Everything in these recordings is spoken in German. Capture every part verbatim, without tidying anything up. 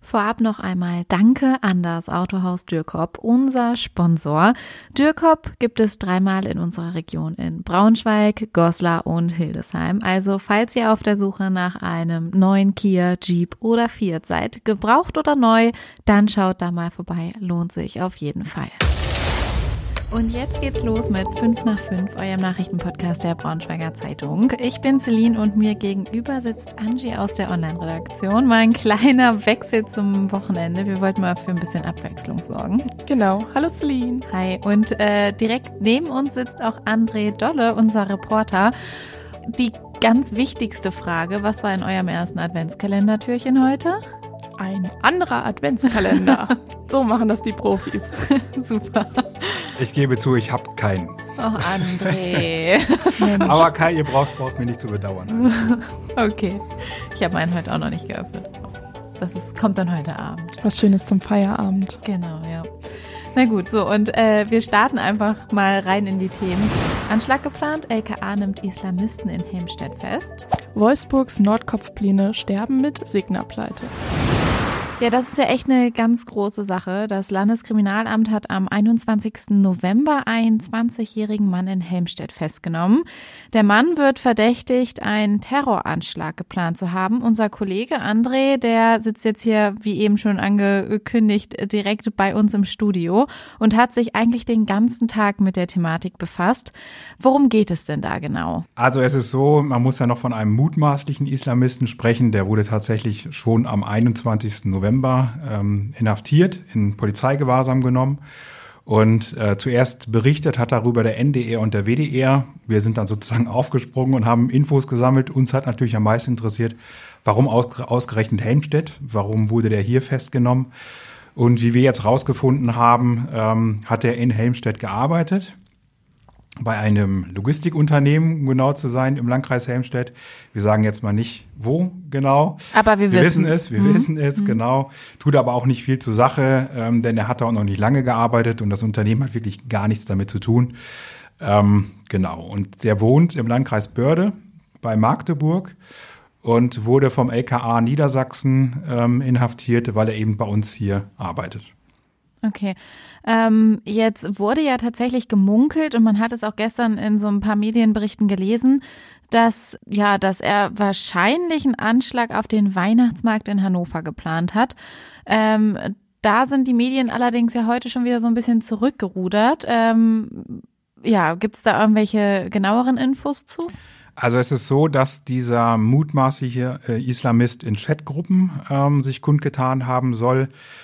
Vorab noch einmal Danke an das Autohaus Dürkop, unser Sponsor. Dürkop gibt es dreimal in unserer Region in Braunschweig, Goslar und Hildesheim. Also falls ihr auf der Suche nach einem neuen Kia, Jeep oder Fiat seid, gebraucht oder neu, dann schaut da mal vorbei, lohnt sich auf jeden Fall. Und jetzt geht's los mit fünf nach fünf, eurem Nachrichtenpodcast der Braunschweiger Zeitung. Ich bin Celine und mir gegenüber sitzt Angie aus der Online-Redaktion. Mal ein kleiner Wechsel zum Wochenende. Wir wollten mal für ein bisschen Abwechslung sorgen. Genau. Hallo Celine. Hi. Und äh, direkt neben uns sitzt auch André Dolle, unser Reporter. Die ganz wichtigste Frage, was war in eurem ersten Adventskalendertürchen heute? Ein anderer Adventskalender. So machen das die Profis. Super. Ich gebe zu, ich habe keinen. Oh, André. Aber Kai, ihr braucht, braucht mich nicht zu bedauern. Okay. Ich habe meinen heute auch noch nicht geöffnet. Das ist, kommt dann heute Abend. Was Schönes zum Feierabend. Genau, ja. Na gut, so und äh, wir starten einfach mal rein in die Themen. Anschlag geplant, L K A nimmt Islamisten in Helmstedt fest. Wolfsburgs Nordkopfpläne sterben mit Signa-Pleite. Ja, das ist ja echt eine ganz große Sache. Das Landeskriminalamt hat am einundzwanzigsten November einen zwanzigjährigen Mann in Helmstedt festgenommen. Der Mann wird verdächtigt, einen Terroranschlag geplant zu haben. Unser Kollege André, der sitzt jetzt hier, wie eben schon angekündigt, direkt bei uns im Studio und hat sich eigentlich den ganzen Tag mit der Thematik befasst. Worum geht es denn da genau? Also es ist so, man muss ja noch von einem mutmaßlichen Islamisten sprechen. Der wurde tatsächlich schon am einundzwanzigsten November ähm, inhaftiert, in Polizeigewahrsam genommen. Und äh, zuerst berichtet hat darüber der N D R und der W D R. Wir sind dann sozusagen aufgesprungen und haben Infos gesammelt. Uns hat natürlich am meisten interessiert, warum aus, ausgerechnet Helmstedt? Warum wurde der hier festgenommen? Und wie wir jetzt rausgefunden haben, ähm, hat er in Helmstedt gearbeitet. Bei einem Logistikunternehmen, um genau zu sein, im Landkreis Helmstedt. Wir sagen jetzt mal nicht, wo genau. Aber wir, wir wissen es. Wir mhm. wissen es, mhm. genau. Tut aber auch nicht viel zur Sache, ähm, denn er hat da auch noch nicht lange gearbeitet und das Unternehmen hat wirklich gar nichts damit zu tun. Ähm, genau. Und der wohnt im Landkreis Börde bei Magdeburg und wurde vom L K A Niedersachsen ähm, inhaftiert, weil er eben bei uns hier arbeitet. Okay. Ähm, jetzt wurde ja tatsächlich gemunkelt und man hat es auch gestern in so ein paar Medienberichten gelesen, dass ja, dass er wahrscheinlich einen Anschlag auf den Weihnachtsmarkt in Hannover geplant hat. Ähm, da sind die Medien allerdings ja heute schon wieder so ein bisschen zurückgerudert. Ähm, ja, gibt es da irgendwelche genaueren Infos zu? Also es ist so, dass dieser mutmaßliche äh, Islamist in Chatgruppen ähm, sich kundgetan haben soll.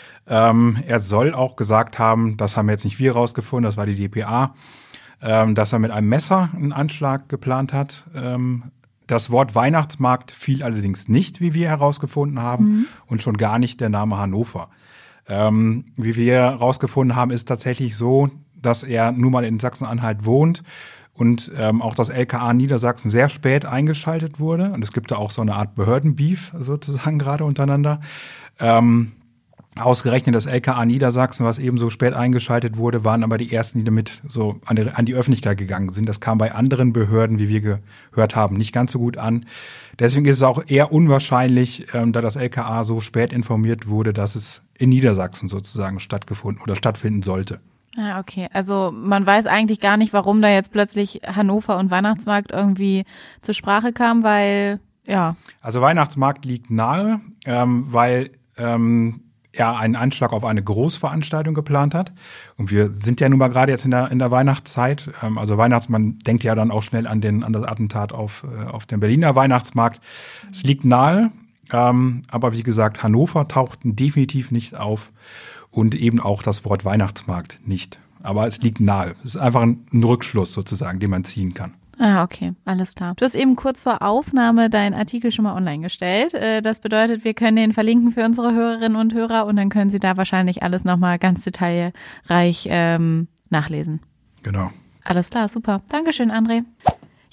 Ähm, er soll auch gesagt haben, das haben jetzt nicht wir rausgefunden, das war die D P A, ähm, dass er mit einem Messer einen Anschlag geplant hat. Ähm, das Wort Weihnachtsmarkt fiel allerdings nicht, wie wir herausgefunden haben, mhm. und schon gar nicht der Name Hannover. Ähm, wie wir herausgefunden haben, ist tatsächlich so, dass er nun mal in Sachsen-Anhalt wohnt und ähm, auch das L K A Niedersachsen sehr spät eingeschaltet wurde. Und es gibt da auch so eine Art Behördenbeef sozusagen gerade untereinander. Ähm, Ausgerechnet das L K A Niedersachsen, was eben so spät eingeschaltet wurde, waren aber die ersten, die damit so an die, an die Öffentlichkeit gegangen sind. Das kam bei anderen Behörden, wie wir gehört haben, nicht ganz so gut an. Deswegen ist es auch eher unwahrscheinlich, ähm, da das L K A so spät informiert wurde, dass es in Niedersachsen sozusagen stattgefunden oder stattfinden sollte. Ah, okay. Also man weiß eigentlich gar nicht, warum da jetzt plötzlich Hannover und Weihnachtsmarkt irgendwie zur Sprache kam, weil, ja. Also Weihnachtsmarkt liegt nahe, ähm, weil ähm, er einen Anschlag auf eine Großveranstaltung geplant hat. Und wir sind ja nun mal gerade jetzt in der, in der Weihnachtszeit. Also Weihnachtsmann denkt ja dann auch schnell an, den, an das Attentat auf, auf den Berliner Weihnachtsmarkt. Es liegt nahe, ähm, aber wie gesagt, Hannover tauchten definitiv nicht auf und eben auch das Wort Weihnachtsmarkt nicht. Aber es liegt nahe. Es ist einfach ein, ein Rückschluss sozusagen, den man ziehen kann. Ah, okay, alles klar. Du hast eben kurz vor Aufnahme deinen Artikel schon mal online gestellt. Das bedeutet, wir können den verlinken für unsere Hörerinnen und Hörer und dann können Sie da wahrscheinlich alles nochmal ganz detailreich ähm, nachlesen. Genau. Alles klar, super. Dankeschön, André.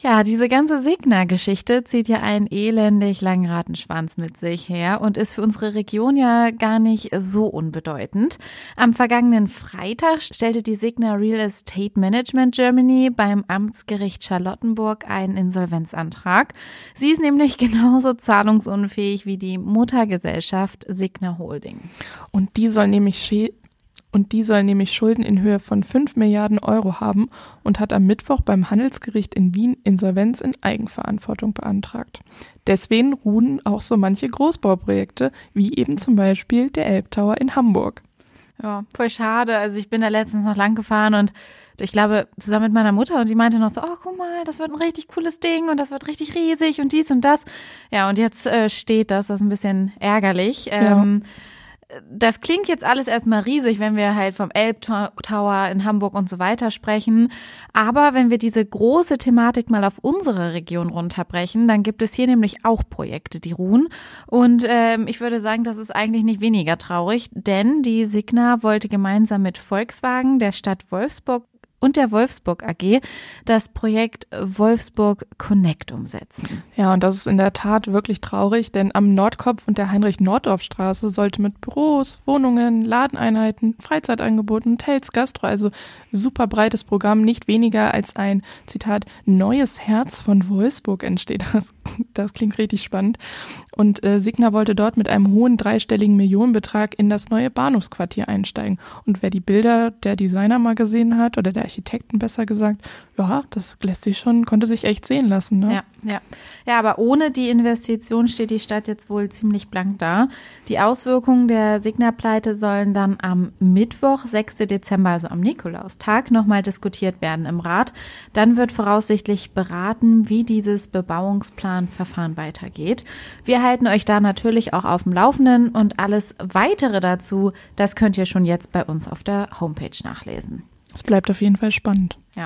Ja, diese ganze Signa-Geschichte zieht ja einen elendig langen Rattenschwanz mit sich her und ist für unsere Region ja gar nicht so unbedeutend. Am vergangenen Freitag stellte die Signa Real Estate Management Germany beim Amtsgericht Charlottenburg einen Insolvenzantrag. Sie ist nämlich genauso zahlungsunfähig wie die Muttergesellschaft Signa Holding. Und die soll nämlich schä- Und die soll nämlich Schulden in Höhe von fünf Milliarden Euro haben und hat am Mittwoch beim Handelsgericht in Wien Insolvenz in Eigenverantwortung beantragt. Deswegen ruhen auch so manche Großbauprojekte, wie eben zum Beispiel der Elbtower in Hamburg. Ja, voll schade. Also ich bin da letztens noch lang gefahren und ich glaube, zusammen mit meiner Mutter, und die meinte noch so, oh, guck mal, das wird ein richtig cooles Ding und das wird richtig riesig und dies und das. Ja, und jetzt äh, steht das, das ist ein bisschen ärgerlich. Ähm, ja. Das klingt jetzt alles erstmal riesig, wenn wir halt vom Elbtower in Hamburg und so weiter sprechen. Aber wenn wir diese große Thematik mal auf unsere Region runterbrechen, dann gibt es hier nämlich auch Projekte, die ruhen. Und ähm, ich würde sagen, das ist eigentlich nicht weniger traurig, denn die Signa wollte gemeinsam mit Volkswagen, der Stadt Wolfsburg und der Wolfsburg A G das Projekt Wolfsburg Connect umsetzen. Ja, und das ist in der Tat wirklich traurig, denn am Nordkopf und der Heinrich-Nordorf-Straße sollte mit Büros, Wohnungen, Ladeneinheiten, Freizeitangeboten, Hotels, Gastro, also super breites Programm, nicht weniger als ein, Zitat, neues Herz von Wolfsburg entsteht. Das, das klingt richtig spannend. Und äh, Signa wollte dort mit einem hohen dreistelligen Millionenbetrag in das neue Bahnhofsquartier einsteigen. Und wer die Bilder der Designer mal gesehen hat, oder der Architekten besser gesagt, ja, das lässt sich schon, konnte sich echt sehen lassen. Ne? Ja, ja. Ja, aber ohne die Investition steht die Stadt jetzt wohl ziemlich blank da. Die Auswirkungen der Signa-Pleite sollen dann am Mittwoch, sechsten Dezember, also am Nikolaustag, nochmal diskutiert werden im Rat. Dann wird voraussichtlich beraten, wie dieses Bebauungsplanverfahren weitergeht. Wir halten euch da natürlich auch auf dem Laufenden und alles Weitere dazu, das könnt ihr schon jetzt bei uns auf der Homepage nachlesen. Es bleibt auf jeden Fall spannend. Ja.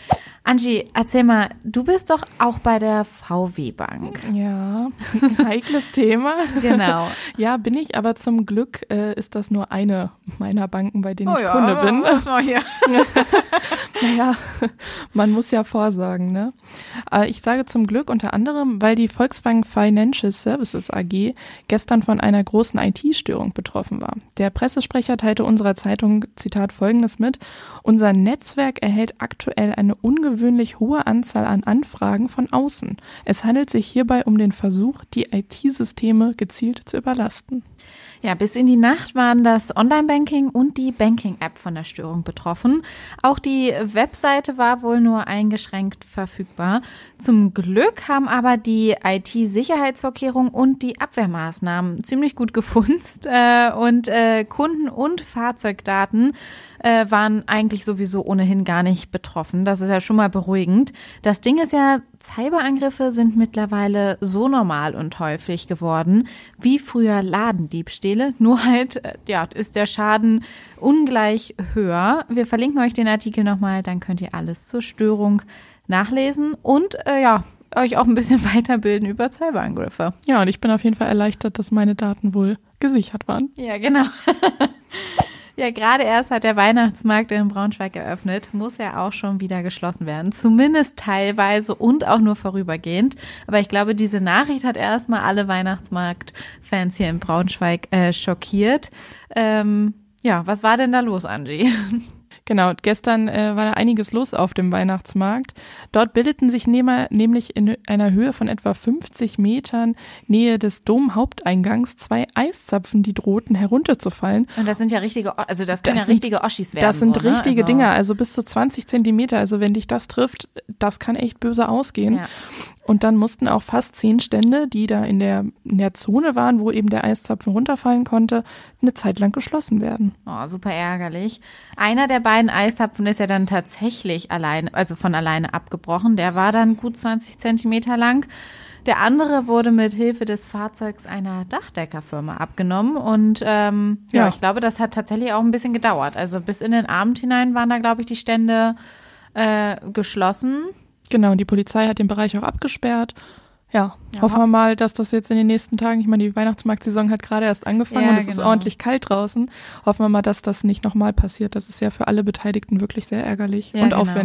Angie, erzähl mal, du bist doch auch bei der V W-Bank. Ja, heikles Thema. Genau. Ja, bin ich, aber zum Glück äh, ist das nur eine meiner Banken, bei denen oh ich ja, Kunde bin. Oh ja. Naja, man muss ja vorsagen, ne? Äh, ich sage zum Glück unter anderem, weil die Volkswagen Financial Services A G gestern von einer großen I T-Störung betroffen war. Der Pressesprecher teilte unserer Zeitung, Zitat, Folgendes mit: Unser Netzwerk erhält aktuell eine ungewöhnliche ungewöhnlich hohe Anzahl an Anfragen von außen. Es handelt sich hierbei um den Versuch, die I T-Systeme gezielt zu überlasten. Ja, bis in die Nacht waren das Online-Banking und die Banking-App von der Störung betroffen. Auch die Webseite war wohl nur eingeschränkt verfügbar. Zum Glück haben aber die I T-Sicherheitsvorkehrungen und die Abwehrmaßnahmen ziemlich gut gefunzt äh, und äh, Kunden- und Fahrzeugdaten äh, waren eigentlich sowieso ohnehin gar nicht betroffen. Das ist ja schon mal beruhigend. Das Ding ist ja, Cyberangriffe sind mittlerweile so normal und häufig geworden wie früher Ladendiebstähle. Nur halt, ja, ist der Schaden ungleich höher. Wir verlinken euch den Artikel nochmal, dann könnt ihr alles zur Störung nachlesen und äh, ja, euch auch ein bisschen weiterbilden über Cyberangriffe. Ja, und ich bin auf jeden Fall erleichtert, dass meine Daten wohl gesichert waren. Ja, genau. Ja, gerade erst hat der Weihnachtsmarkt in Braunschweig eröffnet, muss ja auch schon wieder geschlossen werden, zumindest teilweise und auch nur vorübergehend. Aber ich glaube, diese Nachricht hat erstmal alle Weihnachtsmarkt-Fans hier in Braunschweig äh, schockiert. Ähm, ja, was war denn da los, Angie? Genau, gestern äh, war da einiges los auf dem Weihnachtsmarkt. Dort bildeten sich nehmer, nämlich in einer Höhe von etwa fünfzig Metern Nähe des Domhaupteingangs zwei Eiszapfen, die drohten herunterzufallen. Und das sind ja richtige, also das können das ja sind, richtige Oschis werden. Das sind so, richtige ne? also Dinger, also bis zu zwanzig Zentimeter. Also wenn dich das trifft, das kann echt böse ausgehen. Ja. Und dann mussten auch fast zehn Stände, die da in der, in der Zone waren, wo eben der Eiszapfen runterfallen konnte, eine Zeit lang geschlossen werden. Oh, super ärgerlich. Einer der beiden Eiszapfen ist ja dann tatsächlich allein, also von alleine abgebrochen. Der war dann gut zwanzig Zentimeter lang. Der andere wurde mit Hilfe des Fahrzeugs einer Dachdeckerfirma abgenommen. Und ähm, ja. ja, ich glaube, das hat tatsächlich auch ein bisschen gedauert. Also bis in den Abend hinein waren da, glaube ich, die Stände äh, geschlossen. Genau, und die Polizei hat den Bereich auch abgesperrt. Ja, ja, hoffen wir mal, dass das jetzt in den nächsten Tagen, ich meine, die Weihnachtsmarktsaison hat gerade erst angefangen ja, und es genau. ist ordentlich kalt draußen. Hoffen wir mal, dass das nicht nochmal passiert. Das ist ja für alle Beteiligten wirklich sehr ärgerlich ja, und genau. aufwendig.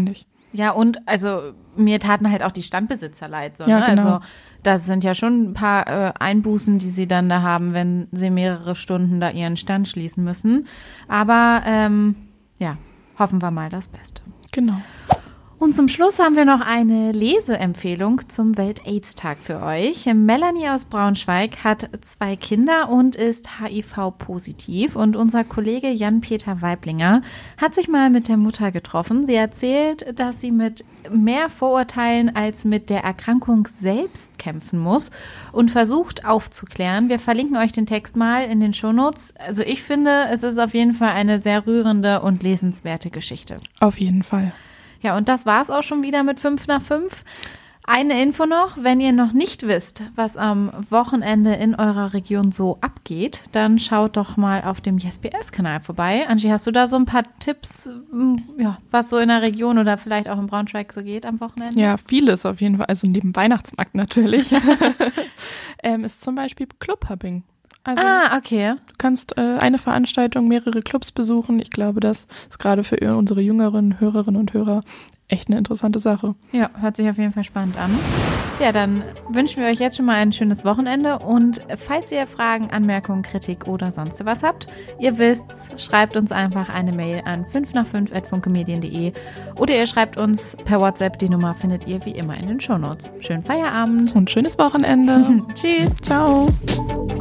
Ja, und also mir taten halt auch die Standbesitzer leid. So, ja, ne? genau. Also das sind ja schon ein paar äh, Einbußen, die sie dann da haben, wenn sie mehrere Stunden da ihren Stand schließen müssen. Aber ähm, ja, hoffen wir mal das Beste. Genau. Und zum Schluss haben wir noch eine Leseempfehlung zum Welt-Aids-Tag für euch. Melanie aus Braunschweig hat zwei Kinder und ist H I V-positiv. Und unser Kollege Jan-Peter Weiblinger hat sich mal mit der Mutter getroffen. Sie erzählt, dass sie mit mehr Vorurteilen als mit der Erkrankung selbst kämpfen muss und versucht aufzuklären. Wir verlinken euch den Text mal in den Shownotes. Also ich finde, es ist auf jeden Fall eine sehr rührende und lesenswerte Geschichte. Auf jeden Fall. Ja, und das war's auch schon wieder mit fünf nach fünf. Eine Info noch, wenn ihr noch nicht wisst, was am Wochenende in eurer Region so abgeht, dann schaut doch mal auf dem Yes B S-Kanal vorbei. Angie, hast du da so ein paar Tipps, ja, was so in der Region oder vielleicht auch in Braunschweig so geht am Wochenende? Ja, vieles auf jeden Fall, also neben Weihnachtsmarkt natürlich, ähm, ist zum Beispiel Clubhopping. Also, ah, okay. Du kannst äh, eine Veranstaltung, mehrere Clubs besuchen. Ich glaube, das ist gerade für unsere jüngeren Hörerinnen und Hörer echt eine interessante Sache. Ja, hört sich auf jeden Fall spannend an. Ja, dann wünschen wir euch jetzt schon mal ein schönes Wochenende und falls ihr Fragen, Anmerkungen, Kritik oder sonst was habt, ihr wisst, schreibt uns einfach eine Mail an fünf nach fünf at funkemedien punkt de oder ihr schreibt uns per WhatsApp, die Nummer findet ihr wie immer in den Shownotes. Schönen Feierabend und schönes Wochenende. Tschüss. Ciao.